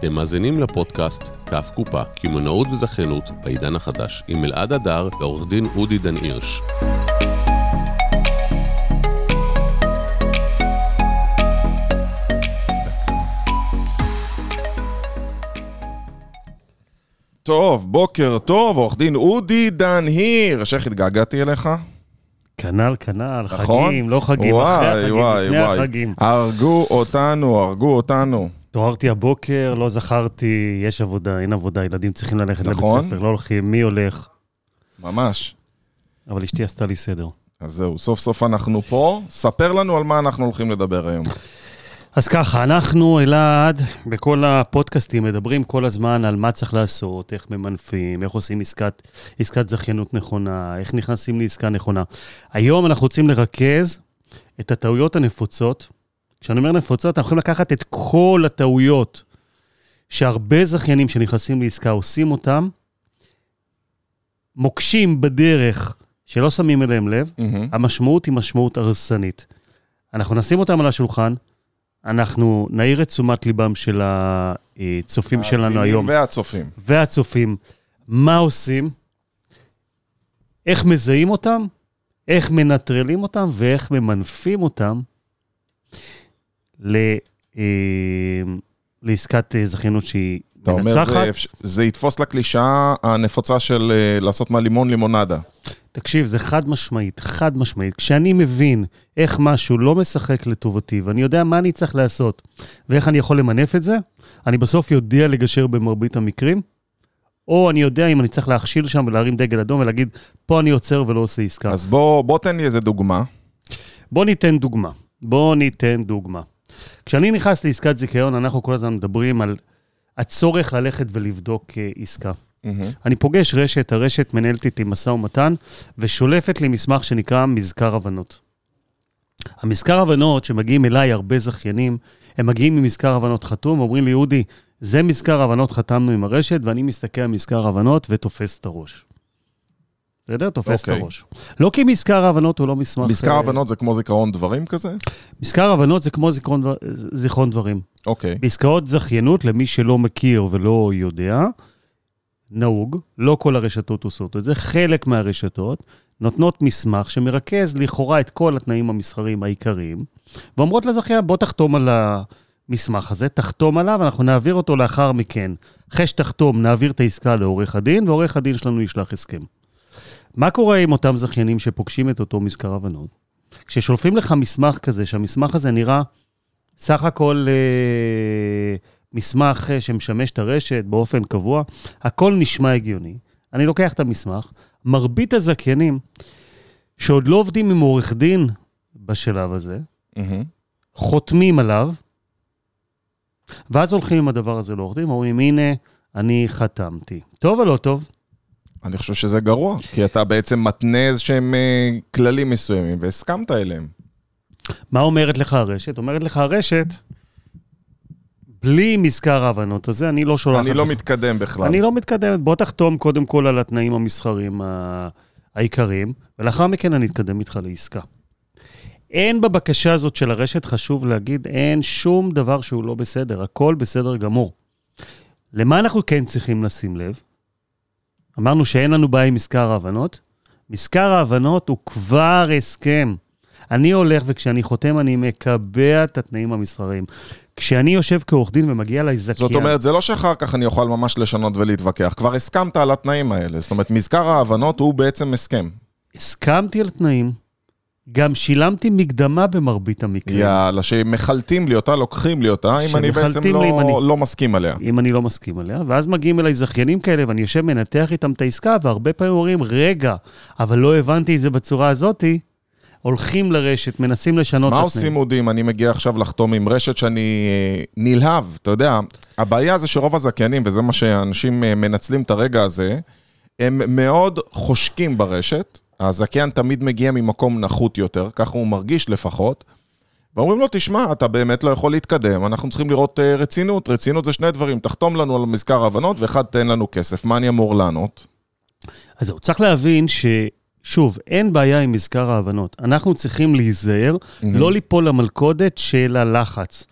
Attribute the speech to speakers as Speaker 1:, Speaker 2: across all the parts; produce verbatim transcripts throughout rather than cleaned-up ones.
Speaker 1: אתם מאזינים לפודקאסט כף קופה, קמעונאות וזכיינות בעידן החדש, עם אלעד הדר ועורך דין אודי דן הירש.
Speaker 2: טוב, בוקר טוב, עורך דין אודי דן הירש, איך התגעגעתי אליך?
Speaker 3: כנל, כנל,
Speaker 2: נכון?
Speaker 3: חגים, לא חגים,
Speaker 2: וואי,
Speaker 3: אחרי החגים,
Speaker 2: וואי,
Speaker 3: לפני
Speaker 2: וואי.
Speaker 3: החגים.
Speaker 2: הרגו אותנו, הרגו אותנו.
Speaker 3: תוארתי הבוקר, לא זכרתי, יש עבודה, אין עבודה, ילדים צריכים ללכת
Speaker 2: נכון.
Speaker 3: לבית ספר, לא הולכים, מי הולך?
Speaker 2: ממש.
Speaker 3: אבל אשתי עשתה לי סדר.
Speaker 2: אז זהו, סוף סוף אנחנו פה. ספר לנו על מה אנחנו הולכים לדבר היום.
Speaker 3: אז ככה, אנחנו, אלעד, בכל הפודקאסטים מדברים כל הזמן על מה צריך לעשות, איך ממנפים, איך עושים עסקת, עסקת זכיינות נכונה, איך נכנסים לעסקה נכונה. היום אנחנו רוצים לרכז את הטעויות הנפוצות. כשאני אומר נפוצות, אנחנו יכולים לקחת את כל הטעויות שהרבה זכיינים שנכנסים לעסקה עושים אותם, מוקשים בדרך שלא שמים אליהם לב,
Speaker 2: Mm-hmm.
Speaker 3: המשמעות היא משמעות הרסנית. אנחנו נשים אותם על השולחן, אנחנו נעיר את תשומת ליבם של הצופים שלנו היום.
Speaker 2: והצופים.
Speaker 3: והצופים. מה עושים? איך מזהים אותם? איך מנטרלים אותם? ואיך ממנפים אותם ל, אה, לעסקת זכיינות שהיא
Speaker 2: אתה
Speaker 3: מנצחת.
Speaker 2: אומר, זה, זה יתפוס לקלישה הנפוצה של לעשות מהלימון לימונדה.
Speaker 3: תקשיב, זה חד משמעית, חד משמעית. כשאני מבין איך משהו לא משחק לטובתי, ואני יודע מה אני צריך לעשות, ואיך אני יכול למנף את זה, אני בסוף יודע לגשר במרבית המקרים, או אני יודע אם אני צריך להכשיל שם ולהרים דגל אדום ולהגיד, פה אני עוצר ולא עושה עסקה.
Speaker 2: אז בוא, בוא תן לי איזה דוגמה.
Speaker 3: בוא ניתן דוגמה. בוא ניתן דוגמה. כשאני נכנס לעסקת זיכיון, אנחנו כל הזמן מדברים על הצורך ללכת ולבדוק עסקה.
Speaker 2: Mm-hmm.
Speaker 3: אני פוגש רשת, הרשת מנהלת איתי משא ומתן, ושולפת לי מסמך שנקרא מזכר הבנות. המזכר הבנות שמגיעים אליי הרבה זכיינים, הם מגיעים ממזכר הבנות חתום, אומרים לי, יהודי, זה מזכר הבנות חתמנו עם הרשת, ואני מסתכל על מזכר הבנות ותופס את הראש. בסדר? תופס
Speaker 2: okay.
Speaker 3: את הראש. לא כי מזכר הבנות הוא לא מסמך...
Speaker 2: מזכר הבנות זה כמו זיכרון דברים כזה?
Speaker 3: מזכר הבנות זה כמו זיכרון, זיכרון דברים.
Speaker 2: אוקיי. Okay.
Speaker 3: בעסקאות זכיינות, למי שלא מכיר ולא יודע, נהוג, לא כל הרשתות עושות את זה, חלק מהרשתות נותנות מסמך שמרכז לכאורה את כל התנאים המסחריים העיקריים, ואומרות לזכיין, בוא תחתום על המסמך הזה, תחתום עליו, אנחנו נעביר אותו לאחר מכן. אחרי שתחתום, נעביר את העסקה לעורך הדין, ועורך הדין שלנו ישלח הסכם. מה קורה עם אותם זכיינים שפוגשים את אותו מזכר הבנות? כששולפים לך מסמך כזה, שהמסמך הזה נראה סך הכל... אה, מסמך שמשמש את הרשת באופן קבוע, הכל נשמע הגיוני. אני לוקח את המסמך, מרבית הזכיינים שעוד לא עובדים עם עורך דין בשלב הזה,
Speaker 2: Mm-hmm.
Speaker 3: חותמים עליו, ואז הולכים עם הדבר הזה לעורך דין, אומרים, הנה, אני חתמתי. טוב או לא טוב?
Speaker 2: אני חושב שזה גרוע, כי אתה בעצם מתנה איזשהם uh, כללים מסוימים, והסכמת אליהם.
Speaker 3: מה אומרת לך הרשת? אומרת לך הרשת, בלי מזכר ההבנות הזה, אני לא שולח...
Speaker 2: אני לא מתקדם בכלל.
Speaker 3: אני לא מתקדם, בוא תחתום קודם כל על התנאים המסחרים העיקריים, ולאחר מכן אני אתקדם איתך לעסקה. אין בבקשה הזאת של הרשת, חשוב להגיד, אין שום דבר שהוא לא בסדר, הכל בסדר גמור. למה אנחנו כן צריכים לשים לב? אמרנו שאין לנו בעיה עם מזכר ההבנות, מזכר ההבנות הוא כבר הסכם. אני הולך וכשאני חותם אני מקבע את התנאים המסחריים. כשאני יושב כעורך דין ומגיע אליי זכיין...
Speaker 2: זאת אומרת, זה לא שאחר כך אני אוכל ממש לשנות ולהתווכח. כבר הסכמת על התנאים האלה. זאת אומרת, מזכר ההבנות הוא בעצם הסכם.
Speaker 3: הסכמתי על תנאים, גם שילמתי מקדמה במרבית המקרים.
Speaker 2: יאללה, שמחלטים לי אותה, לוקחים לי אותה, אם אני בעצם לא,
Speaker 3: אם אני,
Speaker 2: לא מסכים עליה.
Speaker 3: אם אני לא מסכים עליה, ואז מגיעים אליי זכיינים כאלה, ואני יושב מנתח איתם את העסקה, והרבה פעמים אומרים, רגע, אבל לא הבנתי את זה בצורה הזאת, הולכים לרשת, מנסים לשנות את התנאים.
Speaker 2: אז מה עושים עודים? אני מגיע עכשיו לחתום עם רשת שאני נלהב, אתה יודע, הבעיה זה שרוב הזכיינים, וזה מה שאנשים מנצלים את הרגע הזה, הם מאוד חושקים ברשת, הזכיין תמיד מגיע ממקום נחות יותר, ככה הוא מרגיש לפחות, ואומרים לו, תשמע, אתה באמת לא יכול להתקדם, אנחנו צריכים לראות רצינות, רצינות זה שני דברים, תחתום לנו על מזכר ההבנות, ואחד תן לנו כסף, מה אני אמור לענות?
Speaker 3: אז זהו, צריך להבין ש... שוב, אין בעיה עם מזכר ההבנות. אנחנו צריכים להיזהר, mm-hmm. לא ליפול למלכודת של הלחץ.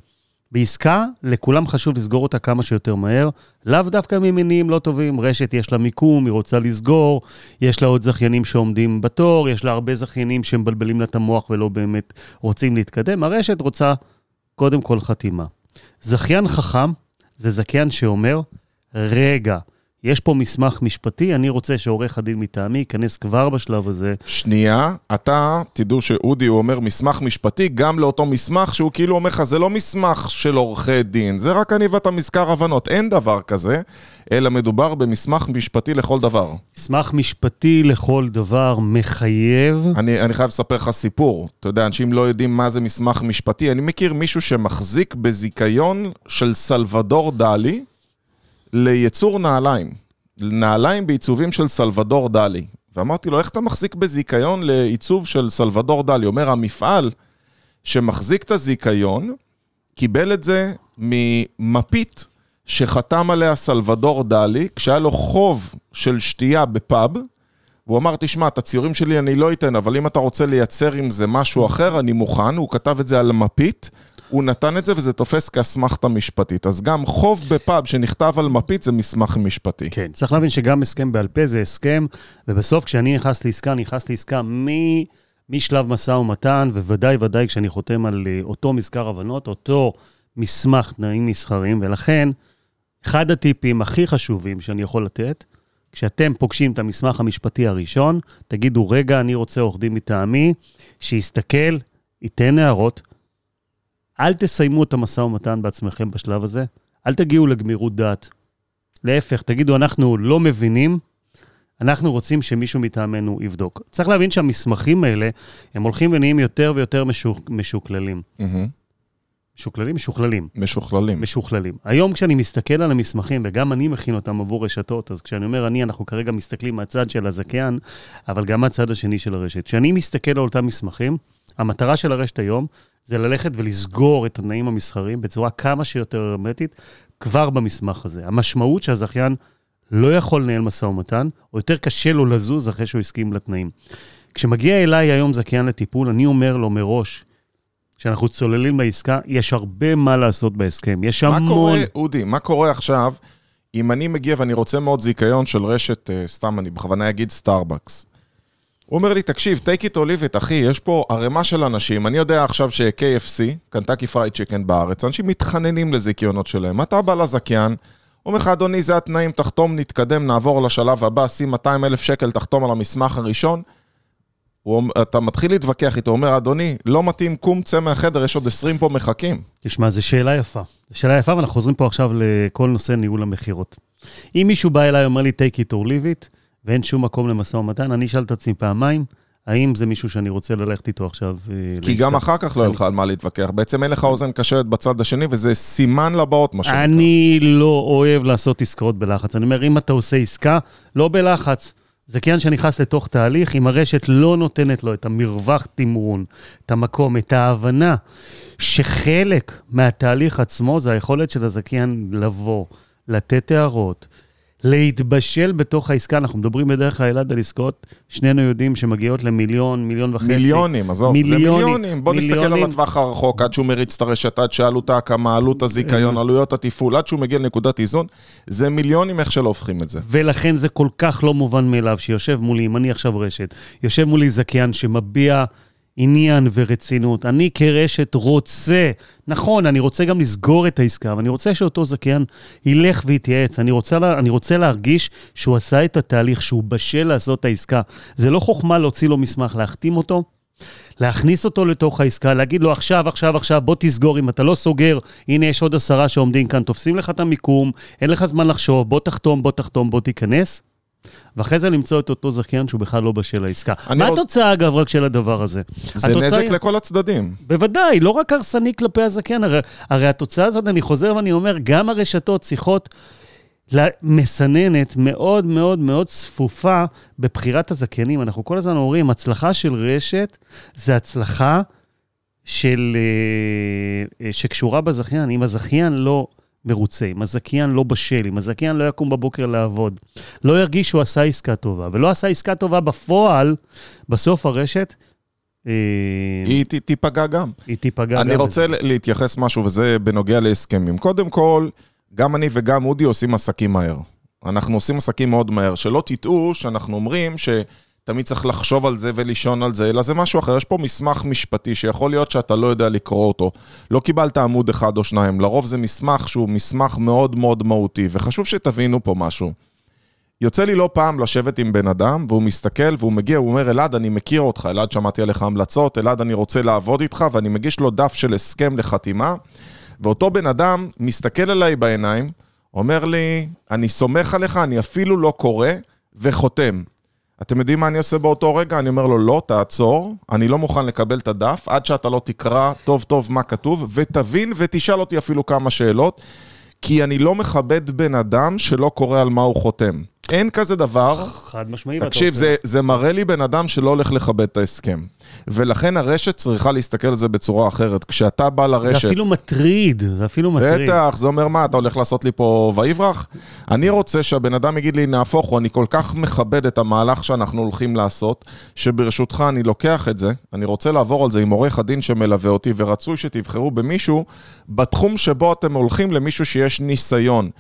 Speaker 3: בעסקה, לכולם חשוב לסגור אותה כמה שיותר מהר, לאו דווקא ממניעים לא טובים, רשת יש לה מיקום, היא רוצה לסגור, יש לה עוד זכיינים שעומדים בתור, יש לה הרבה זכיינים שמבלבלים לה את המוח ולא באמת רוצים להתקדם, הרשת רוצה קודם כל חתימה. זכיין חכם, זה זכיין שאומר, רגע, יש פה מסמך משפטי, אני רוצה שעורך הדין מטעמי, ייכנס כבר בשלב הזה.
Speaker 2: שנייה, אתה, תדעו שאודי הוא אומר מסמך משפטי, גם לאותו מסמך שהוא כאילו אומר לך, זה לא מסמך של עורכי דין, זה רק אני ואתה מזכר הבנות, אין דבר כזה, אלא מדובר במסמך משפטי לכל דבר.
Speaker 3: מסמך משפטי לכל דבר מחייב.
Speaker 2: אני, אני חייב לספר לך סיפור, אתה יודע, אנשים לא יודעים מה זה מסמך משפטי, אני מכיר מישהו שמחזיק בזיכיון של סלבדור דלי, ליצור נעליים, נעליים בעיצובים של סלבדור דלי. ואמרתי לו, איך אתה מחזיק בזיכיון לעיצוב של סלבדור דלי? אומר, המפעל שמחזיק את הזיכיון, קיבל את זה ממפית שחתם עליה סלבדור דלי, כשהיה לו חוב של שתייה בפאב, הוא אמר, תשמע, את הציורים שלי אני לא אתן, אבל אם אתה רוצה לייצר עם זה משהו אחר, אני מוכן. הוא כתב את זה על מפית, הוא נתן את זה וזה תופס כאסמכתה משפטית. אז גם חוב בפאב שנכתב על מפית זה מסמך משפטי.
Speaker 3: כן, צריך להבין שגם הסכם בעל פה זה הסכם, ובסוף כשאני נכנס לעסקה, אני נכנס לעסקה מ... משלב מסע ומתן, וודאי ודאי כשאני חותם על אותו מזכר הבנות, אותו מסמך תנאים מסחרים, ולכן אחד הטיפים הכי חשובים שאני יכול לתת, כשאתם פוגשים את המסמך המשפטי הראשון, תגידו, רגע, אני רוצה עורך דין מטעמי, שיסתכל, ייתן הערות, אל תסיימו את המשא ומתן בעצמכם בשלב הזה, אל תגיעו לגמירות דעת. להפך, תגידו, אנחנו לא מבינים, אנחנו רוצים שמישהו מטעמנו יבדוק. צריך להבין שהמסמכים האלה, הם הולכים ונהיים יותר ויותר משוק, משוקללים.
Speaker 2: Mm-hmm.
Speaker 3: משוקללים? משוכללים.
Speaker 2: משוכללים.
Speaker 3: משוכללים. היום כשאני מסתכל על המסמכים, וגם אני מכין אותם עבור רשתות, אז כשאני אומר אני, אנחנו כרגע מסתכלים מהצד של הזכיין, אבל גם מהצד השני של הרשת. כשאני מסתכל על אותם מסמכים, המטרה של הרשת היום, זה ללכת ולסגור את התנאים המסחריים בצורה כמה שיותר הרמטית, כבר במסמך הזה. המשמעות שהזכיין לא יכול לנהל משא ומתן, או יותר קשה לו לזוז אחרי שהוא הסכים לתנאים. כשמגיע אליי היום זכיין לטיפול, אני אומר לו מראש, כשאנחנו צוללים בעסקה, יש הרבה מה לעשות בהסכם. יש המון...
Speaker 2: מה קורה, אודי, מה קורה עכשיו, אם אני מגיע ואני רוצה מאוד זיכיון של רשת, סתם אני בכוונה אגיד סטארבקס. הוא אומר לי, תקשיב, take it or leave it, אחי, יש פה ערימה של אנשים, אני יודע עכשיו ש-קיי אף סי, קנטקי פרייד צ'יקן בארץ, אנשים מתחננים לזיכיונות שלהם, אתה בא לזכיין, אומר לך, אדוני, זה התנאים, תחתום, נתקדם, נעבור לשלב הבא, שים מאתיים אלף שקל, תחתום על המסמך הראשון, הוא, אתה מתחיל להתווכח איתו, אומר, אדוני, לא מתאים, קום, צא מהחדר, יש עוד עשרים פה מחכים.
Speaker 3: תשמע, זו שאלה יפה. זו שאלה יפה, ואנחנו חוזרים פה עכשיו לכל נושא ניהול המחירות. אם מישהו בא אליי, אומר לי, take it or leave it, ואין שום מקום למשא ומתן, אני אשאל את עצמי פעמיים, האם זה מישהו שאני רוצה ללכת איתו עכשיו לעסקה?
Speaker 2: כי גם אחר כך לא יהיה לך על מה להתווכח. בעצם אין לך אוזן קשבת בצד השני, וזה סימן לבאות מה שנקרא.
Speaker 3: אני לא אוהב לעשות עסקאות בלחץ. אני אומר, אם אתה עושה עסקה, לא בלחץ. זכיין שנכנס לתוך תהליך, אם הרשת לא נותנת לו את המרווח תמרון, את המקום, את ההבנה, שחלק מהתהליך עצמו, זה היכולת של הזכיין לבוא, לתת הערות, להתבשל בתוך העסקה, אנחנו מדברים בדרך הילד על עסקאות, שנינו יודעים שמגיעות למיליון, מיליון וחצי.
Speaker 2: מיליונים, עזוב,
Speaker 3: מיליונים,
Speaker 2: זה מיליונים. בוא
Speaker 3: מיליונים.
Speaker 2: נסתכל על הטווח הרחוק, עד שהוא מריץ את הרשת, עד שעלות ההקמה, עלות הזיכיון, עלויות התפעול, עד שהוא מגיע לנקודת איזון, זה מיליונים איך שלא הופכים את זה.
Speaker 3: ולכן זה כל כך לא מובן מאליו, שיושב מולי, אם אני עכשיו רשת, יושב מולי זכיין שמביע עניין ורצינות. אני כרשת רוצה, נכון, אני רוצה גם לסגור את העסקה, אבל אני רוצה שאותו זכיין ילך ויתייעץ. אני רוצה, לה, אני רוצה להרגיש שהוא עשה את התהליך, שהוא בשל לעשות את העסקה. זה לא חוכמה להוציא לו מסמך, להחתים אותו, להכניס אותו לתוך העסקה, להגיד לו עכשיו, עכשיו, עכשיו, בוא תסגור, אם אתה לא סוגר, הנה יש עוד עשרה שעומדים כאן, תופסים לך את המיקום, אין לך זמן לחשוב, בוא תחתום, בוא תחתום, בוא תיכנס. ואחרי זה למצוא את אותו זכיין שהוא בכלל לא בשל העסקה. מה עוד... התוצאה, אגב, רק של הדבר הזה?
Speaker 2: זה נזק היא... לכל הצדדים.
Speaker 3: בוודאי, לא רק הרסני כלפי הזכיין, הרי, הרי התוצאה הזאת, אני חוזר ואני אומר, גם הרשתות צריכות מסננת מאוד מאוד מאוד צפופה בבחירת הזכיינים. אנחנו כל הזמן אומרים, הצלחה של רשת זה הצלחה של, שקשורה בזכיין. אם הזכיין לא מרוצה, אם הזכיין לא בשל, אם הזכיין לא יקום בבוקר לעבוד, לא ירגיש שהוא עשה עסקה טובה, ולא עשה עסקה טובה בפועל, בסוף הרשת
Speaker 2: היא תיפגע גם.
Speaker 3: היא תיפגע גם.
Speaker 2: אני רוצה להתייחס משהו, וזה בנוגע להסכמים. קודם כל, גם אני וגם אודי עושים עסקים מהר. אנחנו עושים עסקים מאוד מהר, שלא תטעו שאנחנו אומרים שתמיד צריך לחשוב על זה ולישון על זה, אלא זה משהו אחר. יש פה מסמך משפטי שיכול להיות שאתה לא יודע לקרוא אותו. לא קיבלת עמוד אחד או שניים. לרוב זה מסמך שהוא מסמך מאוד מאוד מהותי, וחשוב שתבינו פה משהו. יוצא לי לא פעם לשבת עם בן אדם, והוא מסתכל והוא מגיע, הוא אומר, אלעד, אני מכיר אותך, אלעד, שמעתי עליך המלצות, אלעד, אני רוצה לעבוד איתך, ואני מגיש לו דף של הסכם לחתימה, ואותו בן אדם מסתכל עליי בעיניים, אומר לי, אני סומך עליך, אני אפילו לא קורא, וחותם. אתם יודעים מה אני עושה באותו רגע? אני אומר לו, לא, תעצור, אני לא מוכן לקבל את הדף, עד שאתה לא תקרא טוב טוב מה כתוב, ותבין ותשאל אותי אפילו כמה שאלות, כי אני לא מכבד בן אדם שלא קורא על מה הוא חותם. אין כזה דבר.
Speaker 3: חד משמעי.
Speaker 2: תקשיב, זה, זה מראה לי בן אדם שלא הולך לכבד את ההסכם. ולכן הרשת צריכה להסתכל על זה בצורה אחרת. כשאתה בא לרשת...
Speaker 3: זה אפילו מטריד, זה אפילו מטריד.
Speaker 2: בטח, זה אומר מה, אתה הולך לעשות לי פה ויברח? אני רוצה שהבן אדם יגיד לי, נהפוך הוא, אני כל כך מכבד את המהלך שאנחנו הולכים לעשות, שברשותך אני לוקח את זה, אני רוצה לעבור על זה עם עורך הדין שמלווה אותי, ורצוי שתבחרו במישהו, בתחום שבו אתם הולכים למישהו שיש ניסיון.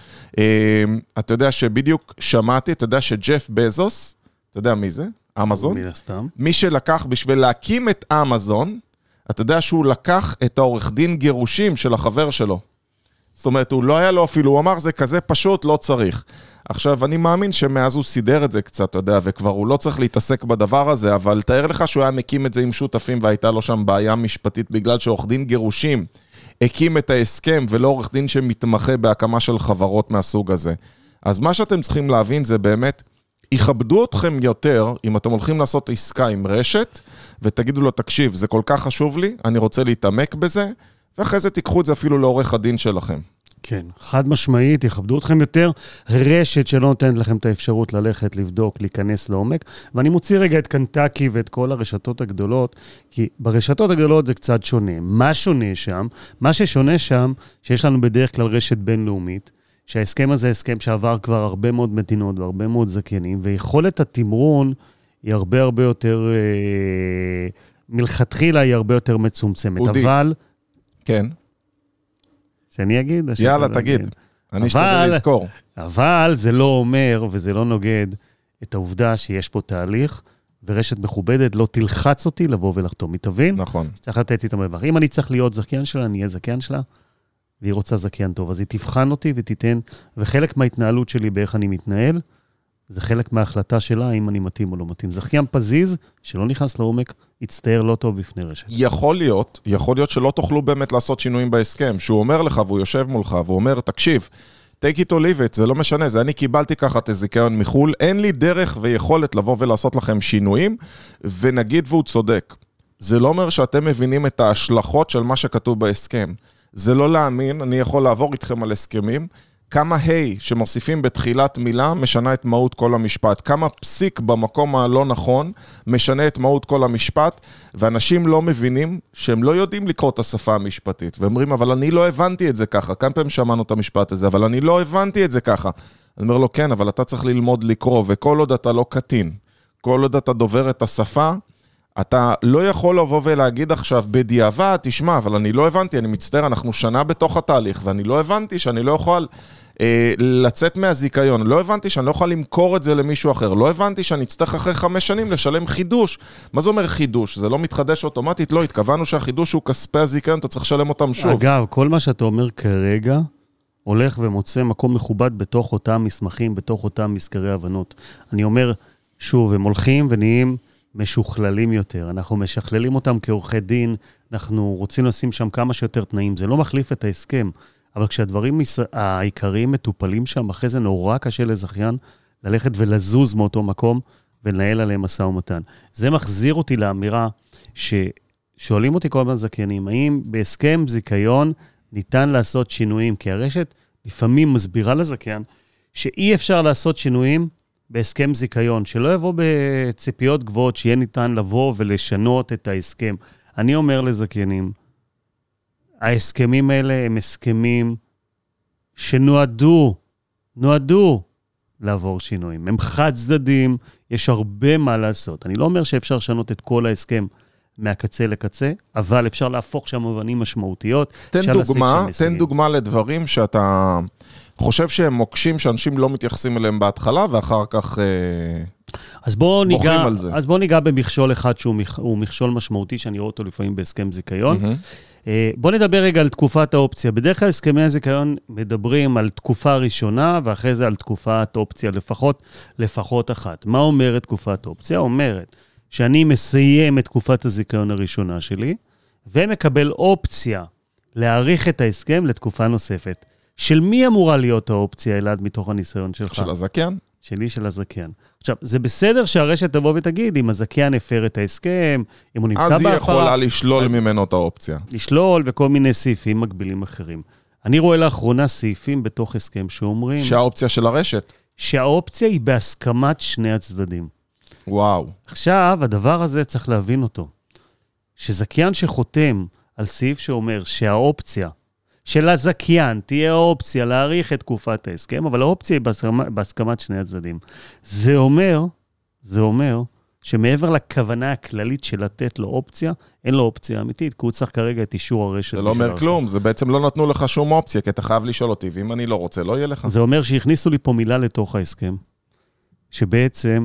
Speaker 2: אתה יודע שבדיוק שמעתי, אתה יודע שג'ף בזוס, אתה יודע מי זה? אמזון?
Speaker 3: מן הסתם.
Speaker 2: מי שלקח בשביל להקים את אמזון, אתה יודע שהוא לקח את העורך דין גירושים של החבר שלו. זאת אומרת, הוא לא היה לו אפילו, הוא אמר, זה כזה פשוט, לא צריך. עכשיו, אני מאמין שמאז הוא סידר את זה קצת, אתה יודע, וכבר הוא לא צריך להתעסק בדבר הזה, אבל תאר לך שהוא היה מקים את זה עם שותפים, והייתה לו שם בעיה משפטית, בגלל שעורך דין גירושים הקים את ההסכם, ולא עורך דין שמתמחה בהקמה של חברות מהסוג הזה. אז מה שאתם צריכים להבין זה באמת, יכבדו אתכם יותר אם אתם הולכים לעשות עסקה עם רשת, ותגידו לו, תקשיב, זה כל כך חשוב לי, אני רוצה להתעמק בזה, ואחרי זה תיקחו את זה אפילו לעורך הדין שלכם.
Speaker 3: כן, חד משמעית, יכבדו אתכם יותר, רשת שלא נותנת לכם את האפשרות ללכת, לבדוק, להיכנס לעומק, ואני מוציא רגע את קנטקי ואת כל הרשתות הגדולות, כי ברשתות הגדולות זה קצת שונה. מה שונה שם? מה ששונה שם, שיש לנו בדרך כלל רשת בינלאומית, שההסכם הזה הסכם שעבר כבר הרבה מאוד מדינות והרבה מאוד זכיינים, ויכולת התמרון היא הרבה הרבה יותר, אה, מלכתחילה היא הרבה יותר מצומצמת.
Speaker 2: אודי.
Speaker 3: אבל...
Speaker 2: כן.
Speaker 3: שאני אגיד?
Speaker 2: יאללה, תגיד.
Speaker 3: להגיד.
Speaker 2: אני אשתדל לזכור.
Speaker 3: אבל זה לא אומר, וזה לא נוגד, את העובדה שיש פה תהליך, ורשת מכובדת לא תלחץ אותי לבוא ולחתום. מתבין?
Speaker 2: נכון.
Speaker 3: צריך לתת איתם דבר. אם אני צריך להיות זכיין שלה, אני אהיה זכיין שלה, והיא רוצה זכיין טוב. אז היא תבחן אותי ותיתן, וחלק מההתנהלות שלי באיך אני מתנהל, זה חלק מההחלטה שלה, אם אני מתאים או לא מתאים. זכיין פזיז, שלא נכנס לעומק, יצטער לא טוב בפני רשת.
Speaker 2: יכול להיות, יכול להיות שלא תוכלו באמת לעשות שינויים בהסכם, שהוא אומר לך, והוא יושב מולך, והוא אומר, תקשיב, take it or leave it, זה לא משנה, זה אני קיבלתי ככה את הזיכיון מחול, אין לי דרך ויכולת לבוא ולעשות לכם שינויים, ונגיד והוא צודק. זה לא אומר שאתם מבינים את ההשלכות של מה שכתוב בהסכם. זה לא להאמין, אני יכול לעבור איתכם על הסכמים, כמה היי שמוסיפים בתחילת מילה משנה את מהות כל המשפט, כמה פסיק במקום הלא נכון משנה את מהות כל המשפט, ואנשים לא מבינים שהם לא יודעים לקרוא את השפה המשפטית, ואומרים, אבל אני לא הבנתי את זה ככה, כמה פעמים שמענו את המשפט הזה, אבל אני לא הבנתי את זה ככה. אני אומר לו, כן, אבל אתה צריך ללמוד לקרוא, וכל עוד אתה לא קטין, כל עוד אתה דובר את השפה, אתה לא יכול לבוא ולהגיד עכשיו בדיעבד, תשמע, אבל אני לא הבנתי, אני מצטער, אנחנו שנה בתוך התהליך, ואני לא הבנתי שאני לא יכול אה, לצאת מהזיכיון, לא הבנתי שאני לא יכול למכור את זה למישהו אחר, לא הבנתי שאני אצטרך אחרי חמש שנים לשלם חידוש. מה זה אומר חידוש? זה לא מתחדש אוטומטית? לא, התכוונו שהחידוש הוא כספי הזיכיון, אתה צריך לשלם אותם שוב.
Speaker 3: אגב, כל מה שאתה אומר כרגע, הולך ומוצא מקום מכובד בתוך אותם מסמכים, בתוך אותם מזכרי הבנות. אני אומר, שוב, הם הולכים ונהיים משוכללים יותר, אנחנו משכללים אותם כעורכי דין, אנחנו רוצים לשים שם כמה שיותר תנאים, זה לא מחליף את ההסכם, אבל כשהדברים העיקריים מטופלים שם, אחרי זה נורא קשה לזכיין ללכת ולזוז מאותו מקום, ולנהל עליהם משא ומתן. זה מחזיר אותי לאמירה, ששואלים אותי כל הזמן זכיינים, האם בהסכם זיכיון ניתן לעשות שינויים, כי הרשת לפעמים מסבירה לזכיין, שאי אפשר לעשות שינויים, בהסכם זיכיון, שלא יבוא בציפיות גבוהות, שיהיה ניתן לבוא ולשנות את ההסכם. אני אומר לזכיינים, ההסכמים האלה הם הסכמים שנועדו, נועדו לעבור שינויים. הם חד צדדים, יש הרבה מה לעשות. אני לא אומר שאפשר לשנות את כל ההסכם מהקצה לקצה, אבל אפשר להפוך שם אבנים משמעותיות.
Speaker 2: תן דוגמה, תן דוגמה לדברים שאתה חושב שהם מוקשים, שאנשים לא מתייחסים אליהם בהתחלה, ואחר כך
Speaker 3: אז בוא
Speaker 2: בוחרים
Speaker 3: ניגע,
Speaker 2: על זה.
Speaker 3: אז בוא ניגע במכשול אחד שהוא מכשול משמעותי, שאני רואה אותו לפעמים בהסכם זיכיון. Mm-hmm. בוא נדבר רגע על תקופת האופציה. בדרך כלל הסכמי הזיכיון מדברים על תקופה ראשונה, ואחרי זה על תקופת אופציה לפחות, לפחות אחת. מה אומרת תקופת אופציה? אומרת שאני מסיים את תקופת הזיכיון הראשונה שלי, ומקבל אופציה להאריך את ההסכם לתקופה נוספת. של מי אמורה להיות האופציה, אלעד, מתוך הניסיון שלך?
Speaker 2: של הזכיין.
Speaker 3: שלי של הזכיין. עכשיו, זה בסדר שהרשת תבוא ותגיד, אם הזכיין הפר את ההסכם, אם הוא נמצא בהפרה...
Speaker 2: אז היא יכולה לשלול ממנו את האופציה.
Speaker 3: לשלול וכל מיני סעיפים מקבילים אחרים. אני רואה לאחרונה סעיפים בתוך הסכם שאומרים...
Speaker 2: שהאופציה של הרשת.
Speaker 3: שהאופציה היא בהסכמת שני הצדדים.
Speaker 2: וואו.
Speaker 3: עכשיו, הדבר הזה צריך להבין אותו. שזכיין שחותם על סעיף שאומר שהאופציה של הזכיין תהיה האופציה להאריך את תקופת ההסכם, אבל האופציה היא בהסכמת, בהסכמת שני הצדדים. זה אומר, זה אומר, שמעבר לכוונה הכללית של לתת לו אופציה, אין לו אופציה אמיתית, כי הוא צריך כרגע את אישור הרשת.
Speaker 2: זה לא אומר כלום, זה בעצם לא נתנו לך שום אופציה, כי אתה חייב לשאול אותי, ואם אני לא רוצה, לא יהיה לך.
Speaker 3: זה אומר שהכניסו לי פה מילה לתוך ההסכם, שבעצם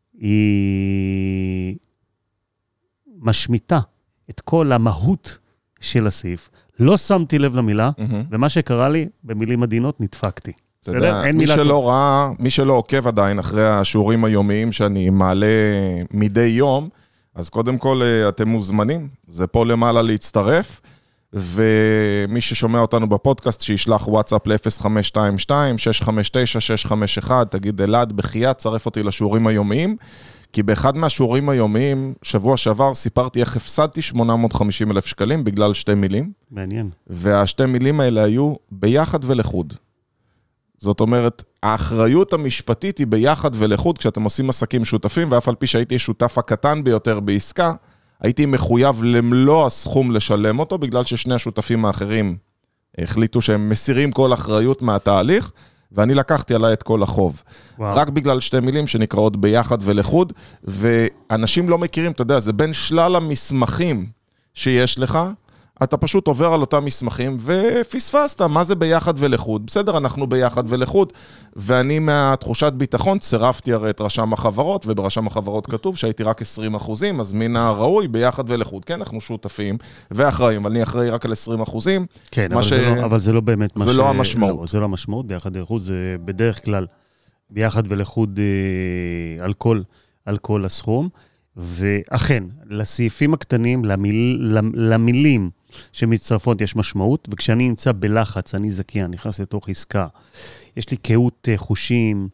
Speaker 3: היא משמיטה את כל המהות של הסעיף. לא שמתי לב למילה, mm-hmm. ומה שקרה לי, במילים עדינות, נדפקתי.
Speaker 2: אתה יודע, מי שלא ראה, מי שלא עוקב עדיין אחרי השיעורים היומיים שאני מעלה מדי יום, אז קודם כל אתם מוזמנים, זה פה למעלה להצטרף, ומי ששומע אותנו בפודקאסט, שישלח וואטסאפ ל-אפס חמש שתיים שתיים שש חמש תשע שש חמש אחת, תגיד אלעד בחייה, צרף אותי לשיעורים היומיים, כי באחד מהשיעורים היומיים, שבוע שעבר, סיפרתי איך הפסדתי שמונה מאות וחמישים אלף שקלים בגלל שתי מילים.
Speaker 3: מעניין.
Speaker 2: והשתי מילים האלה היו ביחד ולחוד. זאת אומרת, האחריות המשפטית היא ביחד ולחוד, כשאתם עושים עסקים שותפים, ואף על פי שהייתי שותף הקטן ביותר בעסקה, הייתי מחויב למלוא הסכום לשלם אותו, בגלל ששני השותפים האחרים החליטו שהם מסירים כל אחריות מהתהליך, ואני לקחתי עליי את כל החוב. וואו. רק בגלל שתי מילים שנקראות ביחד ולחוד, ואנשים לא מכירים, אתה יודע, זה בין שלל המסמכים שיש לך, אתה פשוט עובר על אותם מסמכים, ופספסת, מה זה ביחד ולחוד? בסדר, אנחנו ביחד ולחוד, ואני מהתחושת ביטחון צירפתי הרי את רשם החברות, וברשם החברות כתוב שהייתי רק עשרים אחוזים, אז מן הראוי ביחד ולחוד. כן, אנחנו שותפים ואחראים, אבל אני אחראי רק על עשרים אחוזים.
Speaker 3: כן, אבל, ש... זה לא, אבל זה לא באמת מה ש...
Speaker 2: זה לא המשמעות.
Speaker 3: לא, זה לא המשמעות, ביחד ולחוד זה בדרך כלל ביחד ולחוד אה, על, כל, על כל הסכום, ואכן, לסעיפים הקטנים, למיל, למילים, שמצטרפות יש משמעות, וכשאני נמצא בלחץ, אני זכיין, נכנס לתוך עסקה, יש לי קהות חושים,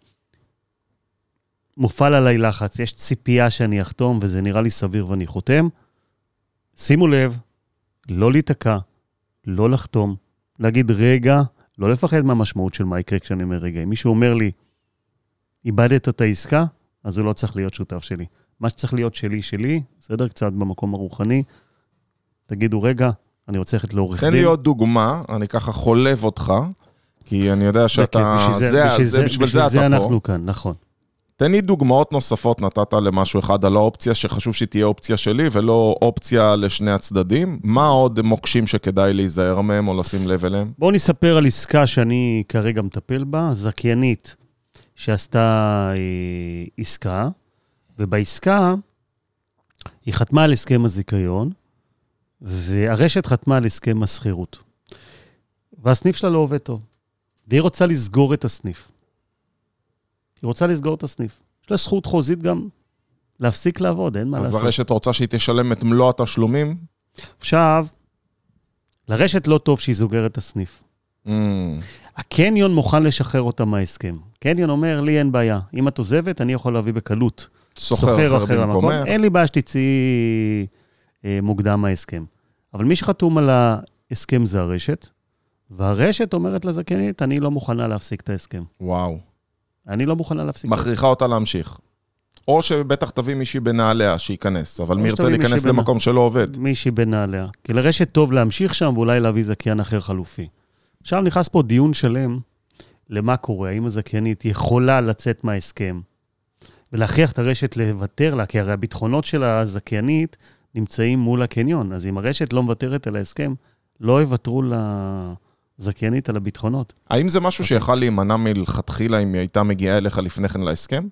Speaker 3: מופעל עליי לחץ, יש ציפייה שאני אחתום, וזה נראה לי סביר ואני חותם. שימו לב, לא להתעקע, לא לחתום, להגיד רגע, לא לפחד מהמשמעות של מה יקרה כשאני אומר רגע. אם מישהו אומר לי, איבדת את העסקה, אז הוא לא צריך להיות שותף שלי. מה שצריך להיות שלי, שלי, בסדר, קצת במקום הרוחני, תגידו, רגע, אני רוצה ללכת לעורך דין.
Speaker 2: תן לי עוד דוגמה, אני ככה חולב אותך, כי אני יודע שאתה...
Speaker 3: בשביל זה אנחנו כאן, נכון.
Speaker 2: תן לי דוגמאות נוספות, נתת למשהו אחד על האופציה, שחשוב שתהיה אופציה שלי, ולא אופציה לשני הצדדים. מה עוד מוקשים שכדאי להיזהר מהם או לשים לב אליהם?
Speaker 3: בואו נספר על עסקה שאני כרגע מטפל בה, זכיינית שעשתה עסקה, ובעסקה היא חתמה על הסכם הזיכיון, והרשת חתמה על הסכם הסחירות. והסניף שלה לא עובד טוב. והיא רוצה לסגור את הסניף. היא רוצה לסגור את הסניף. יש לה זכות חוזית גם להפסיק לעבוד, אין מה לעשות.
Speaker 2: אז הרשת רוצה שהיא תשלם את מלוא התשלומים?
Speaker 3: עכשיו, לרשת לא טוב שהיא סוגרת את הסניף. Mm. הקניון מוכן לשחרר אותה מההסכם. קניון אומר, לי אין בעיה. אם את עוזבת, אני יכול להביא בקלות.
Speaker 2: סוחר אחר במקומך.
Speaker 3: אין לי בעיה שתצאי אה, מוקדם מההסכם. אבל מי שחתום על ההסכם זה הרשת, והרשת אומרת לזכיינית, אני לא מוכנה להפסיק את ההסכם.
Speaker 2: וואו.
Speaker 3: אני לא מוכנה להפסיק.
Speaker 2: מכריחה אותה להמשיך. או שבטח תביא מישהי בנעליה שייכנס, אבל מי ירצה להיכנס למקום שלא עובד?
Speaker 3: מישהי בנעליה. כי לרשת טוב להמשיך שם, ואולי להביא זכיין אחר חלופי. עכשיו נכנס פה דיון שלם למה קורה, האם הזכיינית יכולה לצאת מההסכם, ולהכריח את הרשת לוותר לה, כי הרי הביטחונות של הזכיינית נמצאים מול הקניון. אז אם הרשת לא מוותרת על ההסכם, לא יוותרו לזכיינית על הביטחונות.
Speaker 2: האם זה משהו שיכל להימנע מלכתחילה אם היא הייתה מגיעה אליך לפני כן להסכם?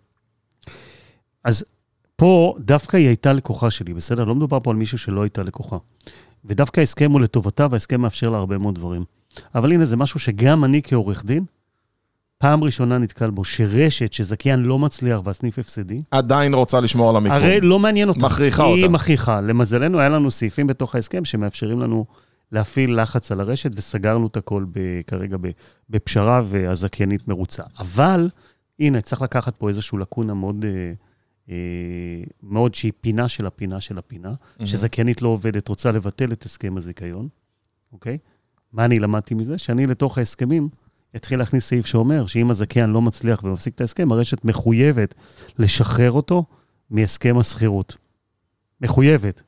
Speaker 3: אז פה דווקא היא הייתה לקוחה שלי, בסדר? לא מדובר פה על מישהו שלא הייתה לקוחה. ודווקא ההסכם הוא לטובתה, וההסכם מאפשר לה הרבה מאוד דברים. אבל הנה, זה משהו שגם אני כעורך דין, פעם ראשונה נתקל בו, שרשת שזכיין לא מצליח והסניף הפסדי.
Speaker 2: עדיין רוצה לשמור על המיקום.
Speaker 3: הרי לא מעניין אותה.
Speaker 2: מכריחה
Speaker 3: היא
Speaker 2: אותה.
Speaker 3: מכריחה. למזלנו, היה לנו סעיפים בתוך ההסכם שמאפשרים לנו להפעיל לחץ על הרשת, וסגרנו את הכל ב, כרגע בפשרה, והזכיינית מרוצה. אבל, הנה, צריך לקחת פה איזושהי לקונה מאוד, אה, מאוד שהיא פינה של הפינה של הפינה, mm-hmm. שזכיינית לא עובדת, רוצה לבטל את הסכם הזיכיון, אוקיי? מה אני למדתי מזה? שאני לתוך ההסכמים, יתחיל להכניס סעיף שאומר שאם הזכיין לא מצליח ומפסיק את ההסכם, הרשת מחויבת לשחרר אותו מהסכם הסחירות. מחויבת.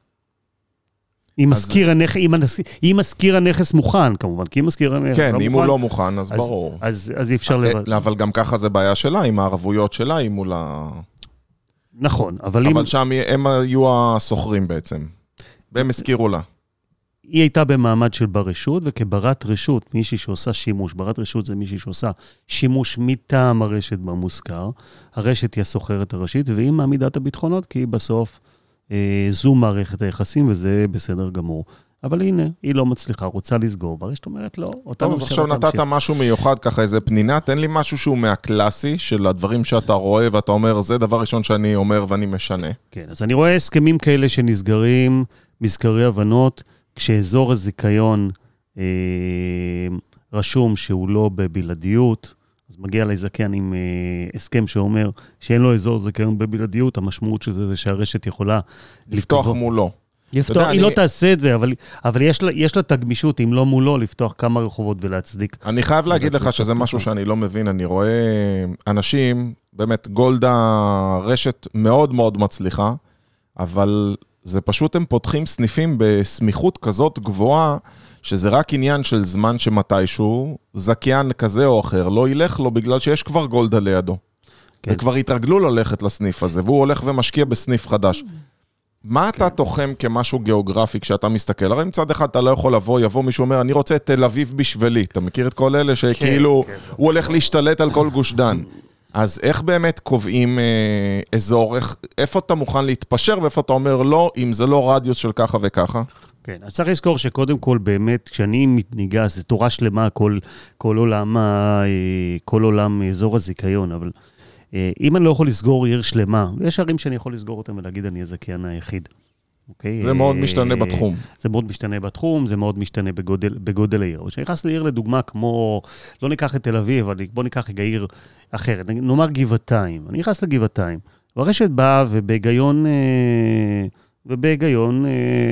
Speaker 3: אם מזכיר הנכס, אם מזכיר הנכס מוכן, כמובן, כי אם מזכיר הנכס
Speaker 2: כן,
Speaker 3: לא
Speaker 2: אם
Speaker 3: מוכן,
Speaker 2: הוא לא מוכן, אז ברור.
Speaker 3: אז, אז אי אפשר לבד.
Speaker 2: אבל גם ככה זה בעיה שלה, עם הערבויות שלה, עם מול ה...
Speaker 3: נכון, אבל,
Speaker 2: אבל
Speaker 3: אם...
Speaker 2: שם הם היו הסוחרים בעצם, והם הזכירו לה.
Speaker 3: היא הייתה במעמד של ברשות, וכברת רשות, מישהי שעושה שימוש, ברת רשות זה מישהי שעושה שימוש מטעם הרשת במוזכר, הרשת היא הסוחרת הראשית, והיא מעמידה את הביטחונות, כי בסוף אה, זו מערכת היחסים, וזה בסדר גמור. אבל הנה, היא לא מצליחה, רוצה לסגור. ברשת אומרת לא, אותנו
Speaker 2: טוב, אז עכשיו נתת משהו מיוחד, ככה איזה פנינה, תן לי משהו שהוא מהקלאסי, של הדברים שאתה רואה, ואתה אומר, זה דבר ראשון שאני אומר ואני משנה.
Speaker 3: כן, אז אני רואה הסכמים כאלה שנסגרים, מזכרי הבנות, כשאזור הזיכיון אה, רשום שהוא לא בבלעדיות, אז מגיע לזכיין עם אה, הסכם שאומר שאין לו אזור זיכיון בבלעדיות, המשמעות של זה זה שהרשת יכולה
Speaker 2: לפתוח
Speaker 3: לפתוח,
Speaker 2: מולו.
Speaker 3: לפתוח,
Speaker 2: יודע,
Speaker 3: היא
Speaker 2: אני...
Speaker 3: לא תעשה את זה, אבל, אבל יש לה, יש לה את הגמישות, אם לא מולו, לפתוח כמה רחובות ולהצדיק.
Speaker 2: אני חייב להגיד לך שזה משהו שאני לא מבין, אני רואה אנשים, באמת גולדה רשת מאוד מאוד מצליחה, אבל... זה פשוט הם פותחים סניפים בסמיכות כזאת גבוהה, שזה רק עניין של זמן שמתישהו, זכיין כזה או אחר, לא ילך לו בגלל שיש כבר גולדה לידו. כן. וכבר התרגלו ללכת לסניף הזה, והוא הולך ומשקיע בסניף חדש. מה אתה תוחם כמשהו גיאוגרפי כשאתה מסתכל? הרי מצד אחד אתה לא יכול לבוא, יבוא מישהו אומר, אני רוצה את תל אביב בשבילי. אתה מכיר את כל אלה שכאילו, כן, כן. הוא הולך להשתלט על כל גוש דן. אז איך באמת קובעים אה, אזור, איך, איפה אתה מוכן להתפשר, ואיפה אתה אומר לא, אם זה לא רדיוס של ככה וככה?
Speaker 3: כן, אז צריך לזכור שקודם כל באמת, כשאני מתניגע, זה תורה שלמה, כל, כל, עולם, כל עולם אזור הזיכיון, אבל אה, אם אני לא יכול לסגור עיר שלמה, יש ערים שאני יכול לסגור אותם ולהגיד, אני הזכיין היחיד. אוקיי?
Speaker 2: זה מאוד משתנה בתחום.
Speaker 3: זה מאוד משתנה בתחום, זה מאוד משתנה בגודל, בגודל העיר. כשנכנס לעיר לדוגמה כמו, לא ניקח את תל אביב, אבל בוא ניקח עיר אחרת, נאמר גבעתיים. אני נכנס לגבעתיים, והרשת באה ובהיגיון, ובהיגיון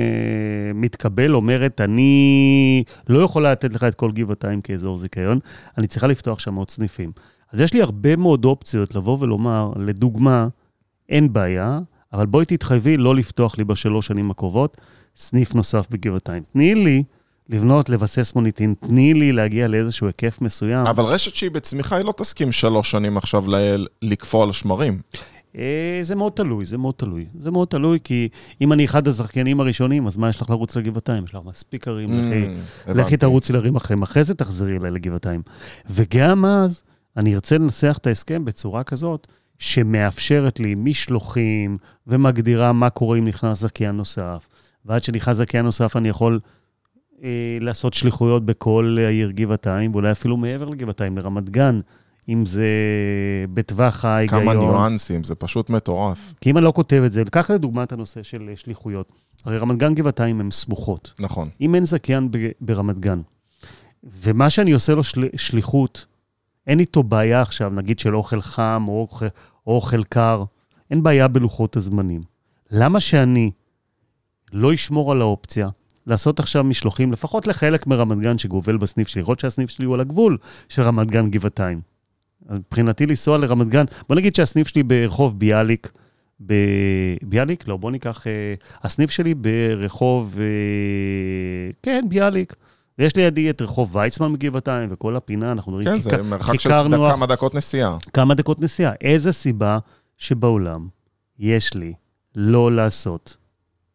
Speaker 3: מתקבל, אומרת, אני לא יכולה לתת לך את כל גבעתיים כאזור זיכיון, אני צריכה לפתוח שם עוד סניפים. אז יש לי הרבה מאוד אופציות לבוא ולומר, לדוגמה, אין בעיה, אבל בואי תתחייבי לא לפתוח לי בשלוש שנים הקרובות, סניף נוסף בגבעתיים. תני לי לבנות, לבסס מוניטין, תני לי להגיע לאיזשהו היקף מסוים.
Speaker 2: אבל רשת שהיא בצמיחה, היא לא תסכים שלוש שנים עכשיו לקפוא על השמרים.
Speaker 3: זה מאוד תלוי, זה מאוד תלוי. זה מאוד תלוי, כי אם אני אחד הזכיינים הראשונים, אז מה יש לך לרוץ לגבעתיים? יש לך מספיק ערים, לכי תרוץ לערים אחרים, אחרי זה תחזרי אליי לגבעתיים. וגם אז, אני ארצה לנסח את ההסכם בצורה כזאת, שמאפשרת לי משלוחים, ומגדירה מה קורה אם נכנס זכיין נוסף. ועד שנכנס זכיין נוסף, אני יכול אה, לעשות שליחויות בכל העיר גבעתיים, ואולי אפילו מעבר לגבעתיים, לרמת גן, אם זה בטווח ההיגיון.
Speaker 2: כמה ניואנסים, זה פשוט מטורף.
Speaker 3: כי אם אני לא כותב את זה, לקח לדוגמה את הנושא של שליחויות. הרי רמת גן גבעתיים הן סמוכות.
Speaker 2: נכון.
Speaker 3: אם אין זכיין ברמת גן, ומה שאני עושה לו של, שליחות, אין איתו בעיה עכשיו, נגיד של אוכל חם או אוכל, או אוכל קר, אין בעיה בלוחות הזמנים. למה שאני לא אשמור על האופציה, לעשות עכשיו משלוחים, לפחות לחלק מרמת גן שגובל בסניף שלי, לראות שהסניף שלי הוא על הגבול של רמת גן גבעתיים. אז מבחינתי לנסוע לרמת גן, בוא נגיד שהסניף שלי ברחוב ביאליק, ב... ביאליק? לא, בוא ניקח, אה, הסניף שלי ברחוב, אה, כן, ביאליק. ויש לידי את רחוב ויצמן מגבעתיים, וכל הפינה, אנחנו נראים...
Speaker 2: כן,
Speaker 3: כיק...
Speaker 2: זה מרחק של דק, כמה דקות נסיעה.
Speaker 3: כמה דקות נסיעה. איזה סיבה שבעולם יש לי לא לעשות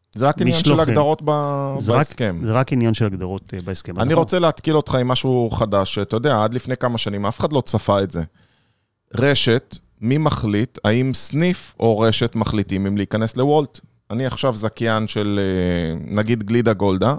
Speaker 2: זה רק עניין של הגדרות בהסכם.
Speaker 3: זה רק עניין של הגדרות בהסכם.
Speaker 2: אני רוצה להתקיל אותך עם משהו חדש, אתה יודע, עד לפני כמה שנים, אף אחד לא צפה את זה. רשת, מי מחליט, האם סניף או רשת מחליטים אם להיכנס לוולט? אני עכשיו זכיין של, נגיד, גלידה גולדה,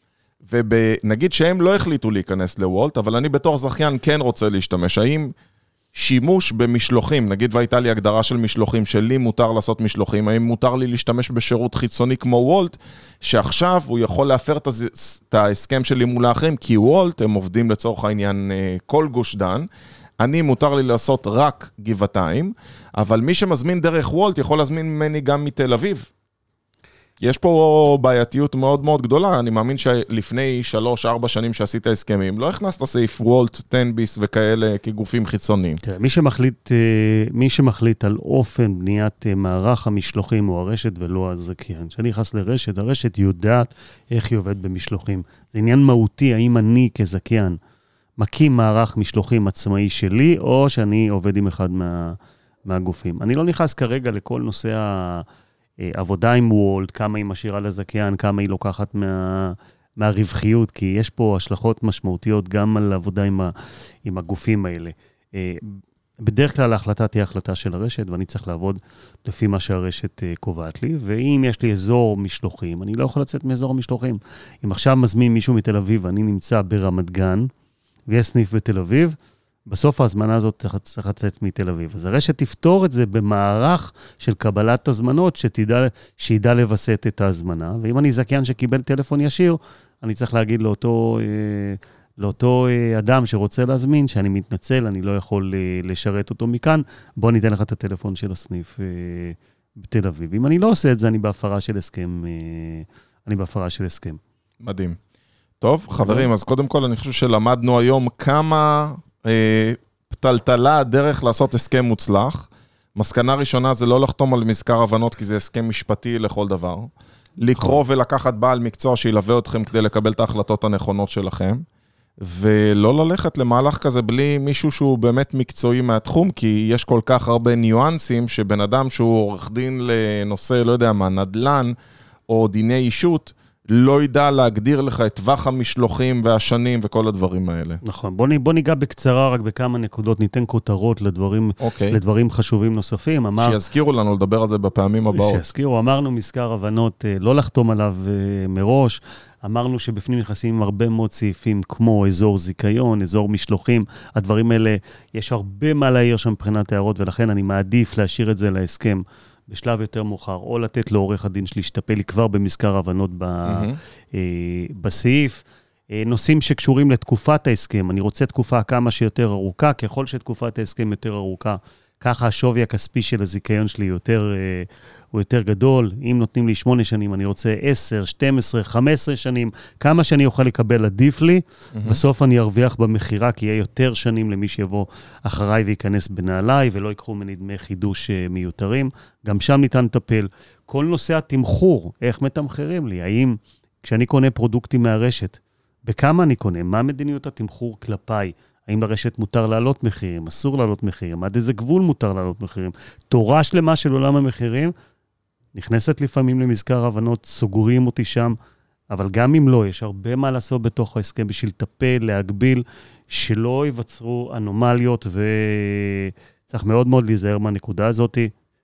Speaker 2: ונגיד שהם לא החליטו להיכנס לוולט, אבל אני בתור זכיין כן רוצה להשתמש. האם שימוש במשלוחים, נגיד והייתה לי הגדרה של משלוחים, שלי מותר לעשות משלוחים, האם מותר לי להשתמש בשירות חיצוני כמו וולט, שעכשיו הוא יכול להפר את ההסכם שלי מול האחרים, כי וולט הם עובדים לצורך העניין כל גוש דן, אני מותר לי לעשות רק גבעתיים, אבל מי שמזמין דרך וולט יכול להזמין ממני גם מתל אביב. יש פה בעייתיות מאוד מאוד גדולה, אני מאמין שלפני שלוש, ארבע שנים שעשית הסכמים, לא הכנסת סעיף וולט, טנביס וכאלה כגופים חיצוניים.
Speaker 3: מי שמחליט, מי שמחליט על אופן בניית מערך המשלוחים הוא הרשת ולא הזכיין. כשאני נכנס לרשת, הרשת יודעת איך היא עובד במשלוחים. זה עניין מהותי, האם אני כזכיין מקים מערך משלוחים עצמאי שלי, או שאני עובד עם אחד מה, מהגופים. אני לא נכנס כרגע לכל נושא ה... עבודה עם וולט, כמה היא משאירה לזכיין, כמה היא לוקחת מה, מהרווחיות, כי יש פה השלכות משמעותיות גם על עבודה עם, ה, עם הגופים האלה. בדרך כלל ההחלטה תהיה החלטה של הרשת, ואני צריך לעבוד לפי מה שהרשת קובעת לי, ואם יש לי אזור משלוחים, אני לא יכול לצאת מאזור המשלוחים. אם עכשיו מזמין מישהו מתל אביב, ואני נמצא ברמת גן, ויש סניף בתל אביב, בסוף ההזמנה הזאת צריך לצאת מתל אביב. אז הרשת תפתור את זה במערך של קבלת הזמנות, שתדע, שידע לבסט את ההזמנה, ואם אני זכיין שקיבל טלפון ישיר, אני צריך להגיד לאותו, לאותו אדם שרוצה להזמין, שאני מתנצל, אני לא יכול לשרת אותו מכאן, בוא ניתן לך את הטלפון של הסניף בתל אביב. אם אני לא עושה את זה, אני בהפרה של הסכם. אני בהפרה של הסכם.
Speaker 2: מדהים. טוב, חברים, אז קודם כל אני חושב שלמדנו היום כמה... פתלתלה הדרך לעשות הסכם מוצלח. מסקנה ראשונה זה לא לחתום על מזכר הבנות, כי זה הסכם משפטי לכל דבר. לקרוא ולקחת בעל מקצוע שילווה אתכם כדי לקבל את ההחלטות הנכונות שלכם, ולא ללכת למהלך כזה בלי מישהו שהוא באמת מקצועי מהתחום, כי יש כל כך הרבה ניואנסים שבן אדם שהוא עורך דין לנושא, לא יודע מה, נדל"ן או דיני אישות, לא ידע להגדיר לך את טווח המשלוחים והשנים וכל הדברים האלה.
Speaker 3: נכון, בוא, בוא ניגע בקצרה רק בכמה נקודות, ניתן כותרות לדברים, okay. לדברים חשובים נוספים. אמר,
Speaker 2: שיזכירו לנו לדבר על זה בפעמים הבאות.
Speaker 3: שיזכירו, אמרנו מזכר הבנות, לא לחתום עליו מראש, אמרנו שבפנים נכנסים עם הרבה מאוד סעיפים, כמו אזור זיקיון, אזור משלוחים, הדברים האלה, יש הרבה מה להעיר שם מבחינת הערות, ולכן אני מעדיף להשאיר את זה להסכם, בשלב יותר מאוחר, או לתת לעורך הדין שלי שטפל לי כבר במזכר הבנות בסעיף. נושאים שקשורים לתקופת ההסכם, אני רוצה תקופה כמה שיותר ארוכה, ככל שתקופת ההסכם יותר ארוכה, ככה השווי הכספי של הזיקיון שלי יותר, הוא יותר גדול. אם נותנים לי שמונה שנים, אני רוצה עשר, שתים עשרה, חמש עשרה שנים, כמה שאני אוכל לקבל עדיף לי, mm-hmm. בסוף אני ארוויח במחירה, כי יהיה יותר שנים למי שיבוא אחריי וייכנס בנעליי, ולא ייקחו מני דמי חידוש מיותרים. גם שם ניתן לטפל. כל נושא התמחור, איך מתמחרים לי? האם כשאני קונה פרודוקטים מהרשת, בכמה אני קונה? מה מדיניות התמחור כלפיי? האם לרשת מותר לעלות מחירים? אסור לעלות מחירים? עד איזה גבול מותר לעלות מחירים? תורה שלמה של עולם המחירים, נכנסת לפעמים למזכר הבנות, סוגרים אותי שם, אבל גם אם לא, יש הרבה מה לעשות בתוך ההסכם, בשביל לטפל, להגביל, שלא ייווצרו אנומליות, וצריך מאוד מאוד להיזהר מהנקודה הזאת.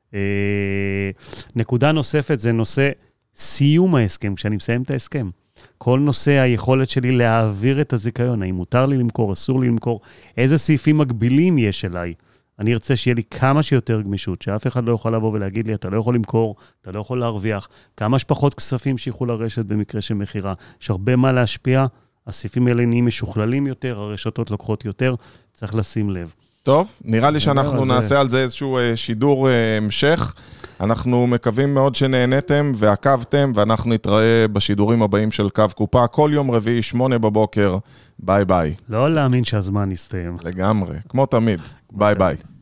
Speaker 3: נקודה נוספת זה נושא סיום ההסכם, כשאני מסיים את ההסכם. כל נושא היכולת שלי להעביר את הזיקיון, האם מותר לי למכור, אסור לי למכור, איזה סעיפים מגבילים יש אליי. אני ארצה שיהיה לי כמה שיותר גמישות, שאף אחד לא יכול לבוא ולהגיד לי, אתה לא יכול למכור, אתה לא יכול להרוויח, כמה שפחות כספים שיחו לרשת במקרה של מחירה. יש הרבה מה להשפיע, הסעיפים האלה נהיים משוכללים יותר, הרשתות לוקחות יותר, צריך לשים לב.
Speaker 2: טוב, נראה לי שאנחנו נעשה על זה איזשהו שידור המשך. אנחנו מקווים מאוד שנהנתם ועקבתם, ואנחנו נתראה בשידורים הבאים של קו קופה, כל יום רביעי, שמונה בבוקר. ביי ביי.
Speaker 3: לא להאמין שהזמן יסתיים.
Speaker 2: לגמרי, כמו תמיד. ביי ביי.